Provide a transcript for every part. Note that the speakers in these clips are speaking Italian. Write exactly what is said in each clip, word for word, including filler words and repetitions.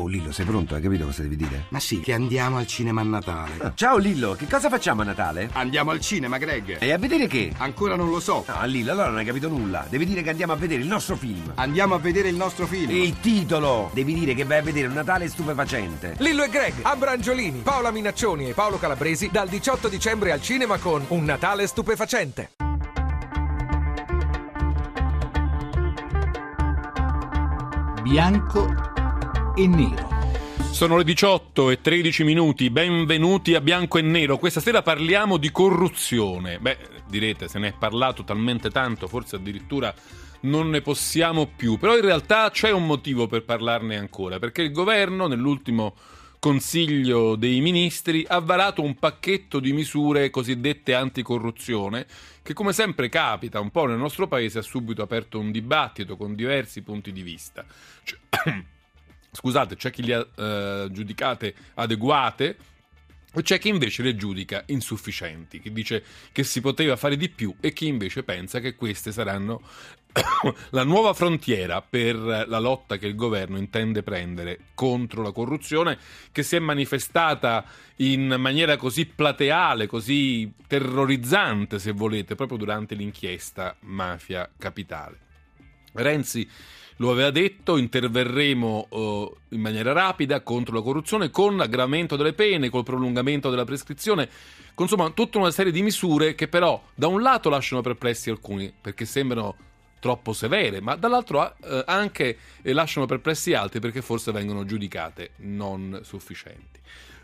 Oh Lillo, sei pronto? Hai capito cosa devi dire? Ma sì, che andiamo al cinema a Natale. Ah, ciao Lillo, che cosa facciamo a Natale? Andiamo al cinema, Greg. E a vedere che? Ancora non lo so. No, Lillo, allora non hai capito nulla. Devi dire che andiamo a vedere il nostro film. Andiamo a vedere il nostro film. E il titolo! Devi dire che vai a vedere un Natale stupefacente. Lillo e Greg, Abrangiolini, Paola Minaccioni e Paolo Calabresi dal diciotto dicembre al cinema con Un Natale stupefacente. Bianco e nero. Sono le diciotto e tredici minuti, benvenuti a Bianco e Nero. Questa sera parliamo di corruzione. Beh, direte, se ne è parlato talmente tanto, forse addirittura non ne possiamo più. Però in realtà c'è un motivo per parlarne ancora, perché il governo nell'ultimo Consiglio dei Ministri ha varato un pacchetto di misure cosiddette anticorruzione che, come sempre capita un po' nel nostro paese, ha subito aperto un dibattito con diversi punti di vista. Cioè, scusate, c'è chi le ha eh, giudicate adeguate e c'è chi invece le giudica insufficienti, chi dice che si poteva fare di più e chi invece pensa che queste saranno la nuova frontiera per la lotta che il governo intende prendere contro la corruzione, che si è manifestata in maniera così plateale, così terrorizzante, se volete, proprio durante l'inchiesta Mafia Capitale. Renzi lo aveva detto: interverremo uh, in maniera rapida contro la corruzione con l'aggravamento delle pene, col prolungamento della prescrizione, con insomma tutta una serie di misure che però da un lato lasciano perplessi alcuni perché sembrano troppo severe, ma dall'altro eh, anche eh, lasciano perplessi altri perché forse vengono giudicate non sufficienti.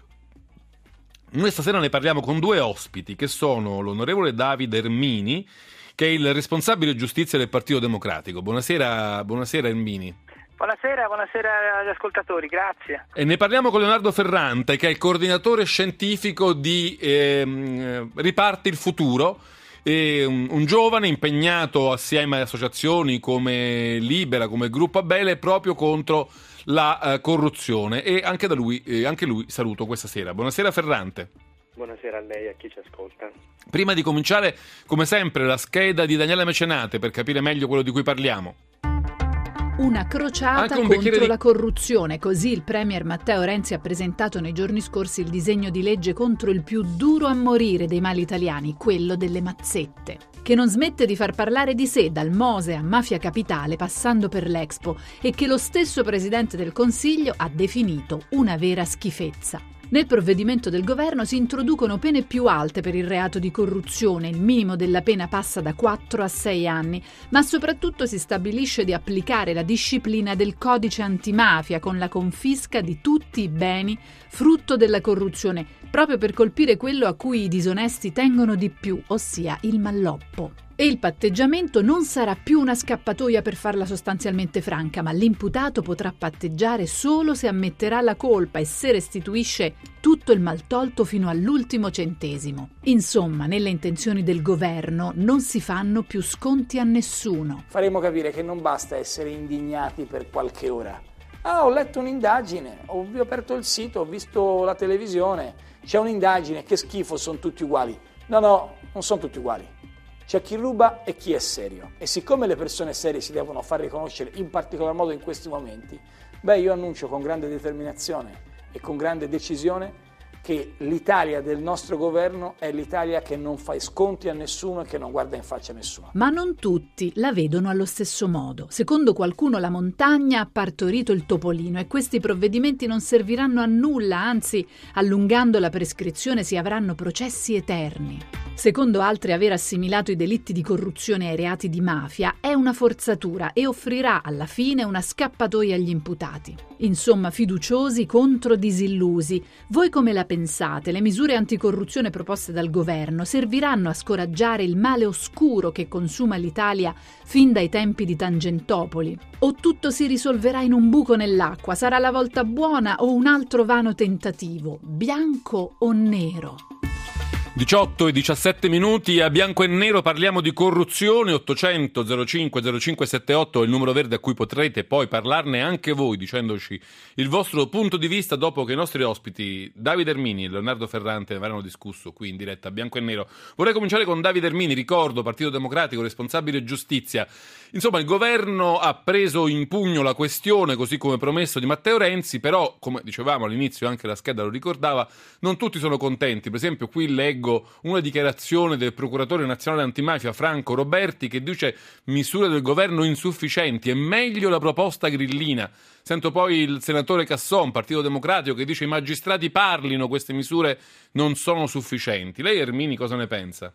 Noi stasera ne parliamo con due ospiti che sono l'onorevole Davide Ermini, che è il responsabile giustizia del Partito Democratico. Buonasera, buonasera Ermini. Buonasera, buonasera agli ascoltatori, grazie. E ne parliamo con Leonardo Ferrante, che è il coordinatore scientifico di ehm, Riparti il Futuro, e un, un giovane impegnato assieme a associazioni come Libera, come Gruppo Abele, proprio contro la uh, corruzione. E anche da lui, eh, anche lui saluto questa sera. Buonasera Ferrante. Buonasera a lei e a chi ci ascolta. Prima di cominciare, come sempre, la scheda di Daniele Mecenate per capire meglio quello di cui parliamo. Una crociata un contro di... la corruzione, così il premier Matteo Renzi ha presentato nei giorni scorsi il disegno di legge contro il più duro a morire dei mali italiani, quello delle mazzette, che non smette di far parlare di sé dal Mose a Mafia Capitale passando per l'Expo e che lo stesso Presidente del Consiglio ha definito una vera schifezza. Nel provvedimento del governo si introducono pene più alte per il reato di corruzione, il minimo della pena passa da quattro a sei anni, ma soprattutto si stabilisce di applicare la disciplina del codice antimafia con la confisca di tutti i beni frutto della corruzione, proprio per colpire quello a cui i disonesti tengono di più, ossia il malloppo. E il patteggiamento non sarà più una scappatoia per farla sostanzialmente franca, ma l'imputato potrà patteggiare solo se ammetterà la colpa e se restituisce tutto il maltolto fino all'ultimo centesimo. Insomma, nelle intenzioni del governo non si fanno più sconti a nessuno. Faremo capire che non basta essere indignati per qualche ora. Ah, ho letto un'indagine, ho aperto il sito, ho visto la televisione, c'è un'indagine, che schifo, sono tutti uguali. No, no, non sono tutti uguali. C'è chi ruba e chi è serio. E siccome le persone serie si devono far riconoscere in particolar modo in questi momenti, beh, io annuncio con grande determinazione e con grande decisione che l'Italia del nostro governo è l'Italia che non fa sconti a nessuno e che non guarda in faccia a nessuno. Ma non tutti la vedono allo stesso modo. Secondo qualcuno la montagna ha partorito il topolino e questi provvedimenti non serviranno a nulla, anzi, allungando la prescrizione si avranno processi eterni. Secondo altri, aver assimilato i delitti di corruzione ai reati di mafia è una forzatura e offrirà alla fine una scappatoia agli imputati. Insomma, fiduciosi contro disillusi. Voi come la pensate? Le misure anticorruzione proposte dal governo serviranno a scoraggiare il male oscuro che consuma l'Italia fin dai tempi di Tangentopoli? O tutto si risolverà in un buco nell'acqua? Sarà la volta buona o un altro vano tentativo? Bianco o nero? diciotto e diciassette minuti, a bianco e nero parliamo di corruzione. Ottocento zero cinque zero cinque settantotto è il numero verde a cui potrete poi parlarne anche voi dicendoci il vostro punto di vista dopo che i nostri ospiti Davide Ermini e Leonardo Ferrante ne avranno discusso qui in diretta a bianco e nero. Vorrei cominciare con Davide Ermini, ricordo Partito Democratico, responsabile giustizia. Insomma, il governo ha preso in pugno la questione così come promesso di Matteo Renzi, però come dicevamo all'inizio, anche la scheda lo ricordava, non tutti sono contenti. Per esempio qui leggo una dichiarazione del procuratore nazionale antimafia Franco Roberti che dice misure del governo insufficienti, è meglio la proposta grillina. Sento poi il senatore Casson, Partito Democratico, che dice i magistrati parlino, queste misure non sono sufficienti. Lei Ermini cosa ne pensa?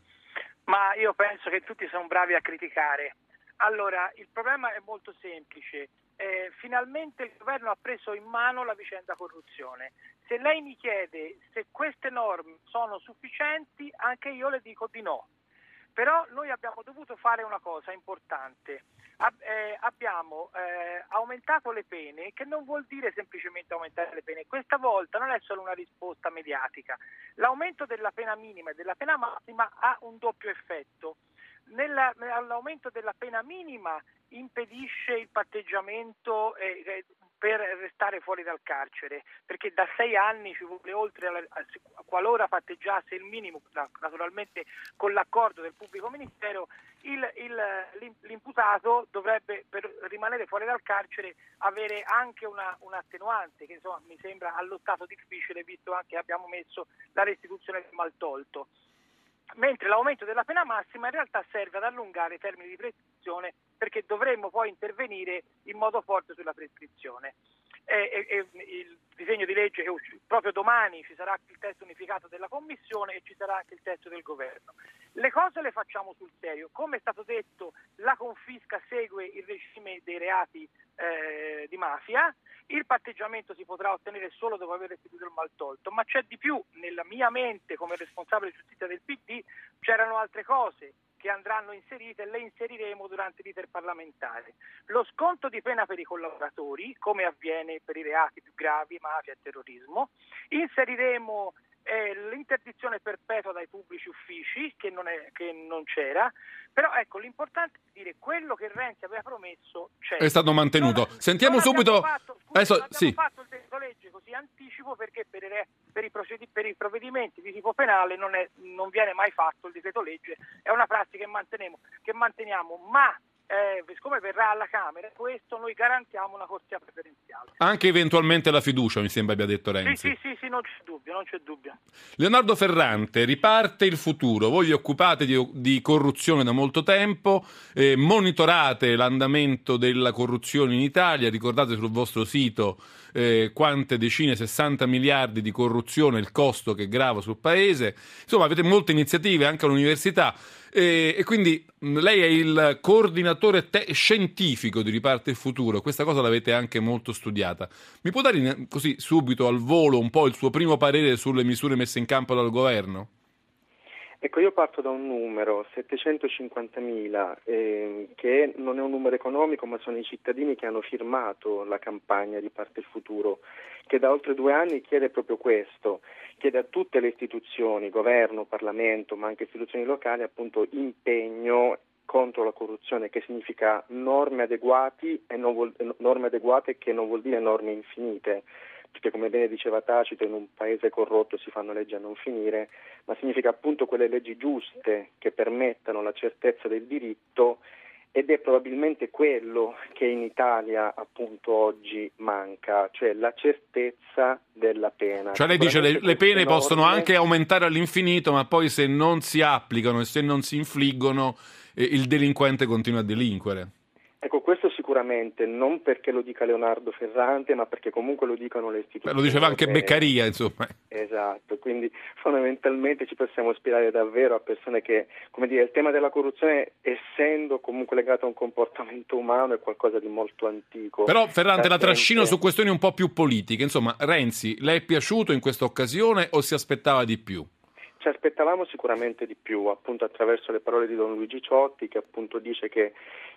Ma io penso che tutti sono bravi a criticare. Allora, il problema è molto semplice. Eh, finalmente il governo ha preso in mano la vicenda corruzione. Se lei mi chiede se queste norme sono sufficienti, anche io le dico di no. Però noi abbiamo dovuto fare una cosa importante. Ab- eh, abbiamo eh, aumentato le pene, che non vuol dire semplicemente aumentare le pene. Questa volta non è solo una risposta mediatica. L'aumento della pena minima e della pena massima ha un doppio effetto. Nella, l'aumento della pena minima impedisce il patteggiamento eh, eh, per restare fuori dal carcere, perché da sei anni ci vuole oltre alla, a, qualora patteggiasse il minimo, naturalmente con l'accordo del pubblico ministero, il, il, l'imputato dovrebbe per rimanere fuori dal carcere avere anche una, un attenuante che insomma mi sembra allo stato difficile, visto anche che abbiamo messo la restituzione del maltolto. Mentre l'aumento della pena massima in realtà serve ad allungare i termini di prescrizione, perché dovremmo poi intervenire in modo forte sulla prescrizione. E, e, e il disegno di legge che uscirà proprio domani, ci sarà il testo unificato della Commissione e ci sarà anche il testo del Governo. Le cose le facciamo sul serio. Come è stato detto, la confisca segue il regime dei reati eh, di mafia. Il patteggiamento si potrà ottenere solo dopo aver restituito il maltolto, ma c'è di più. Nella mia mente, come responsabile giustizia del P D, c'erano altre cose che andranno inserite e le inseriremo durante l'iter parlamentare. Lo sconto di pena per i collaboratori, come avviene per i reati più gravi, mafia e terrorismo. Inseriremo eh, l'interdizione perpetua dai pubblici uffici, che non, è, che non c'era. Però ecco, l'importante è dire quello che Renzi aveva promesso c'è. È stato mantenuto. Non, Sentiamo non subito. Fatto, scusi, Adesso, non abbiamo sì. fatto il decreto legge così anticipo perché per i, per, i procedi, per i provvedimenti di tipo penale non, è, non viene mai fatto il decreto legge. È una prassi che manteniamo, che manteniamo ma eh, siccome verrà alla Camera questo, noi garantiamo una corsia preferenziale. Anche eventualmente la fiducia, mi sembra abbia detto Renzi. Sì, sì, sì, sì, non c'è dubbio, non c'è dubbio. Leonardo Ferrante, riparte il futuro. Voi vi occupate di, di corruzione da molto tempo, eh, monitorate l'andamento della corruzione in Italia, ricordate sul vostro sito eh, quante decine, sessanta miliardi di corruzione, il costo che grava sul paese. Insomma, avete molte iniziative anche all'università. E, e quindi mh, lei è il coordinatore te- scientifico di Riparte il Futuro, questa cosa l'avete anche molto studiata. Mi può dare in, così subito al volo un po' il suo primo parere sulle misure messe in campo dal governo? Ecco, io parto da un numero, settecentocinquantamila, eh, che non è un numero economico, ma sono i cittadini che hanno firmato la campagna Riparte il Futuro, che da oltre due anni chiede proprio questo, chiede a tutte le istituzioni, governo, Parlamento, ma anche istituzioni locali, appunto impegno contro la corruzione, che significa norme adeguati e non vuol, norme adeguate che non vuol dire norme infinite, perché come bene diceva Tacito, in un paese corrotto si fanno leggi a non finire, ma significa appunto quelle leggi giuste che permettano la certezza del diritto, ed è probabilmente quello che in Italia appunto oggi manca, cioè la certezza della pena. Cioè lei dice le, le pene norme... possono anche aumentare all'infinito, ma poi se non si applicano e se non si infliggono eh, il delinquente continua a delinquere. Ecco, questo sicuramente, non perché lo dica Leonardo Ferrante, ma perché comunque lo dicono le istituzioni. Beh, lo diceva anche europee. Beccaria, insomma. Esatto, quindi fondamentalmente ci possiamo ispirare davvero a persone che, come dire, il tema della corruzione, essendo comunque legato a un comportamento umano, è qualcosa di molto antico. Però Ferrante la gente... trascino su questioni un po' più politiche. Insomma, Renzi, le è piaciuto in questa occasione o si aspettava di più? Ci aspettavamo sicuramente di più, appunto attraverso le parole di Don Luigi Ciotti, che appunto dice che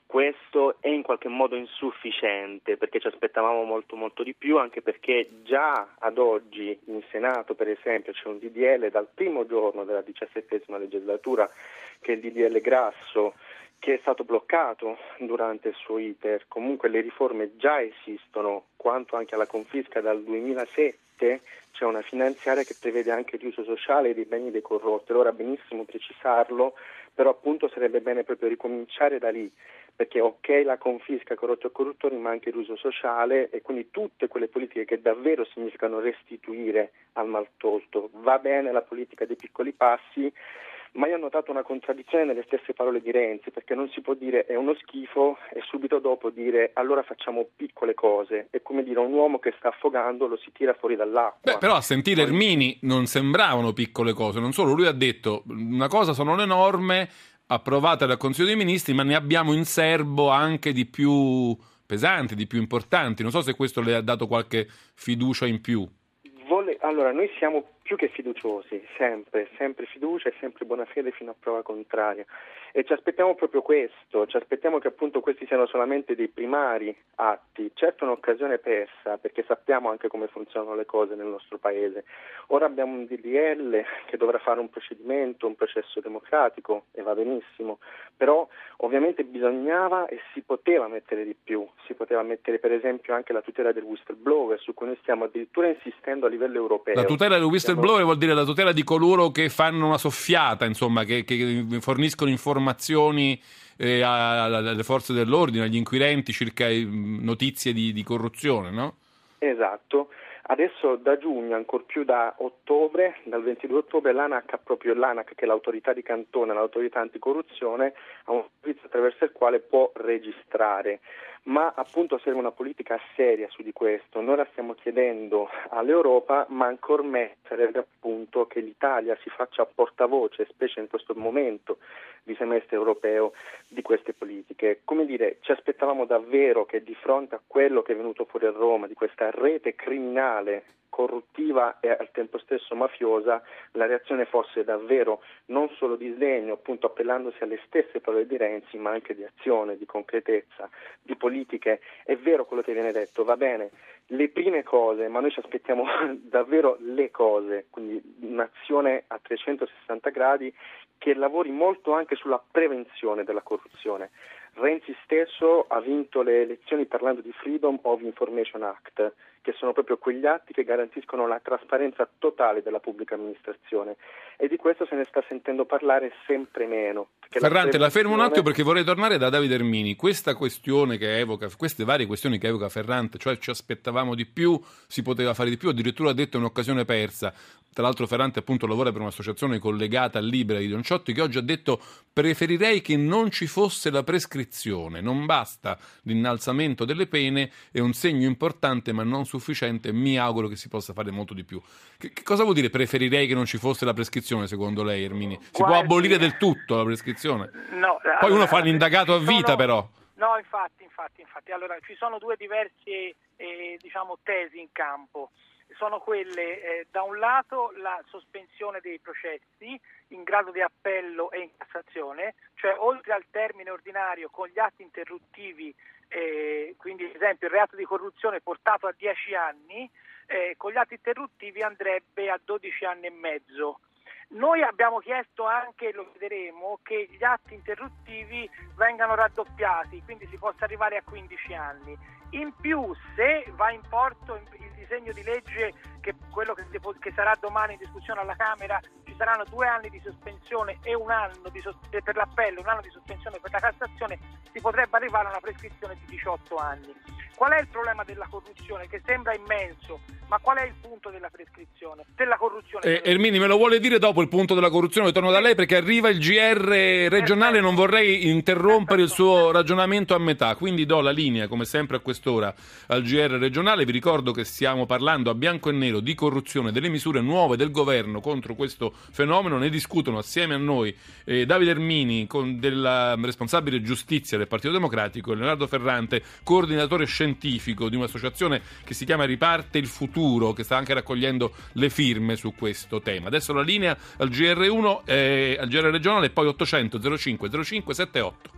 questo è in qualche modo insufficiente, perché ci aspettavamo molto molto di più, anche perché già ad oggi in Senato, per esempio, c'è un D D L dal primo giorno della diciassettesima legislatura, che è il D D L Grasso, che è stato bloccato durante il suo iter. Comunque le riforme già esistono, quanto anche alla confisca dal duemilasette c'è una finanziaria che prevede anche l'uso sociale dei beni dei corrotti. Allora benissimo precisarlo, però appunto sarebbe bene proprio ricominciare da lì, perché ok la confisca corrotti o corruttori, ma anche l'uso sociale, e quindi tutte quelle politiche che davvero significano restituire al maltolto. Va bene la politica dei piccoli passi, ma io ho notato una contraddizione nelle stesse parole di Renzi, perché non si può dire è uno schifo e subito dopo dire allora facciamo piccole cose. È come dire, un uomo che sta affogando lo si tira fuori dall'acqua. Beh, però a sentire Ermini non sembravano piccole cose, non solo, lui ha detto una cosa sono le norme approvate dal Consiglio dei Ministri, ma ne abbiamo in serbo anche di più pesanti, di più importanti. Non so se questo le ha dato qualche fiducia in più. Vole... Allora, noi siamo più che fiduciosi, sempre, sempre fiducia e sempre buona fede fino a prova contraria. E ci aspettiamo proprio questo, ci aspettiamo che appunto questi siano solamente dei primari atti. Certo è un'occasione persa, perché sappiamo anche come funzionano le cose nel nostro paese. Ora abbiamo un D D L che dovrà fare un procedimento, un processo democratico, e va benissimo, però ovviamente bisognava e si poteva mettere di più, si poteva mettere per esempio anche la tutela del whistleblower, su cui noi stiamo addirittura insistendo a livello europeo. La tutela del whistleblower vuol dire la tutela di coloro che fanno una soffiata, insomma, che, che forniscono informazioni eh, alle forze dell'ordine, agli inquirenti circa notizie di, di corruzione, no? Esatto. Adesso da giugno, ancor più da ottobre, dal ventidue ottobre, l'ANAC ha proprio l'ANAC, che è l'autorità di cantone, l'autorità anticorruzione, ha un servizio attraverso il quale può registrare. Ma appunto serve una politica seria su di questo. Noi la stiamo chiedendo all'Europa, ma ancor me sarebbe appunto che l'Italia si faccia portavoce, specie in questo momento di semestre europeo, di queste politiche. Come dire, ci aspettavamo davvero che di fronte a quello che è venuto fuori a Roma, di questa rete criminale, corruttiva e al tempo stesso mafiosa, la reazione fosse davvero non solo di sdegno, appunto appellandosi alle stesse parole di Renzi, ma anche di azione, di concretezza, di politiche. È vero quello che viene detto, va bene, le prime cose, ma noi ci aspettiamo davvero le cose, quindi un'azione a trecentosessanta gradi che lavori molto anche sulla prevenzione della corruzione. Renzi stesso ha vinto le elezioni parlando di Freedom of Information Act, che sono proprio quegli atti che garantiscono la trasparenza totale della pubblica amministrazione, e di questo se ne sta sentendo parlare sempre meno. Ferrante, la fermo un attimo perché vorrei tornare da Davide Ermini. Questa questione che evoca, queste varie questioni che evoca Ferrante, cioè ci aspettavamo di più, si poteva fare di più, addirittura ha detto è un'occasione persa. Tra l'altro Ferrante appunto lavora per un'associazione collegata al Libera di Don Ciotti, che oggi ha detto preferirei che non ci fosse la prescrizione, non basta l'innalzamento delle pene, è un segno importante ma non sufficiente, mi auguro che si possa fare molto di più. Che, che cosa vuol dire preferirei che non ci fosse la prescrizione secondo lei, Ermini? Si Guardi, può abolire del tutto la prescrizione? No, Poi allora, uno fa l'indagato a vita sono... però. No, infatti, infatti, infatti. Allora, ci sono due diverse eh, diciamo, tesi in campo. Sono quelle, eh, da un lato, la sospensione dei processi in grado di appello e in Cassazione, cioè oltre al termine ordinario con gli atti interruttivi, eh, quindi ad esempio il reato di corruzione portato a dieci anni, eh, con gli atti interruttivi andrebbe a dodici anni e mezzo. Noi abbiamo chiesto anche, lo vedremo, che gli atti interruttivi vengano raddoppiati, quindi si possa arrivare a quindici anni. In più, se va in porto il disegno di legge, che quello che, che sarà domani in discussione alla Camera, ci saranno due anni di sospensione e un anno di sos- per l'appello, un anno di sospensione per la Cassazione, si potrebbe arrivare a una prescrizione di diciotto anni. Qual è il problema della corruzione? Che sembra immenso, ma qual è il punto della prescrizione? Della corruzione? Eh, Ermini, me lo vuole dire dopo il punto della corruzione? Torno da lei perché arriva il G R regionale, non vorrei interrompere il suo ragionamento a metà, quindi do la linea, come sempre a quest'ora, al G R regionale. Vi ricordo che stiamo parlando a bianco e nero di corruzione, delle misure nuove del governo contro questo fenomeno. Ne discutono assieme a noi eh, Davide Ermini, con della responsabile giustizia del Partito Democratico, e Leonardo Ferrante, coordinatore scientifico di un'associazione che si chiama Riparte il Futuro, che sta anche raccogliendo le firme su questo tema. Adesso la linea al G R uno, eh, al G R regionale, e poi ottocento zero cinque zero cinque sette otto.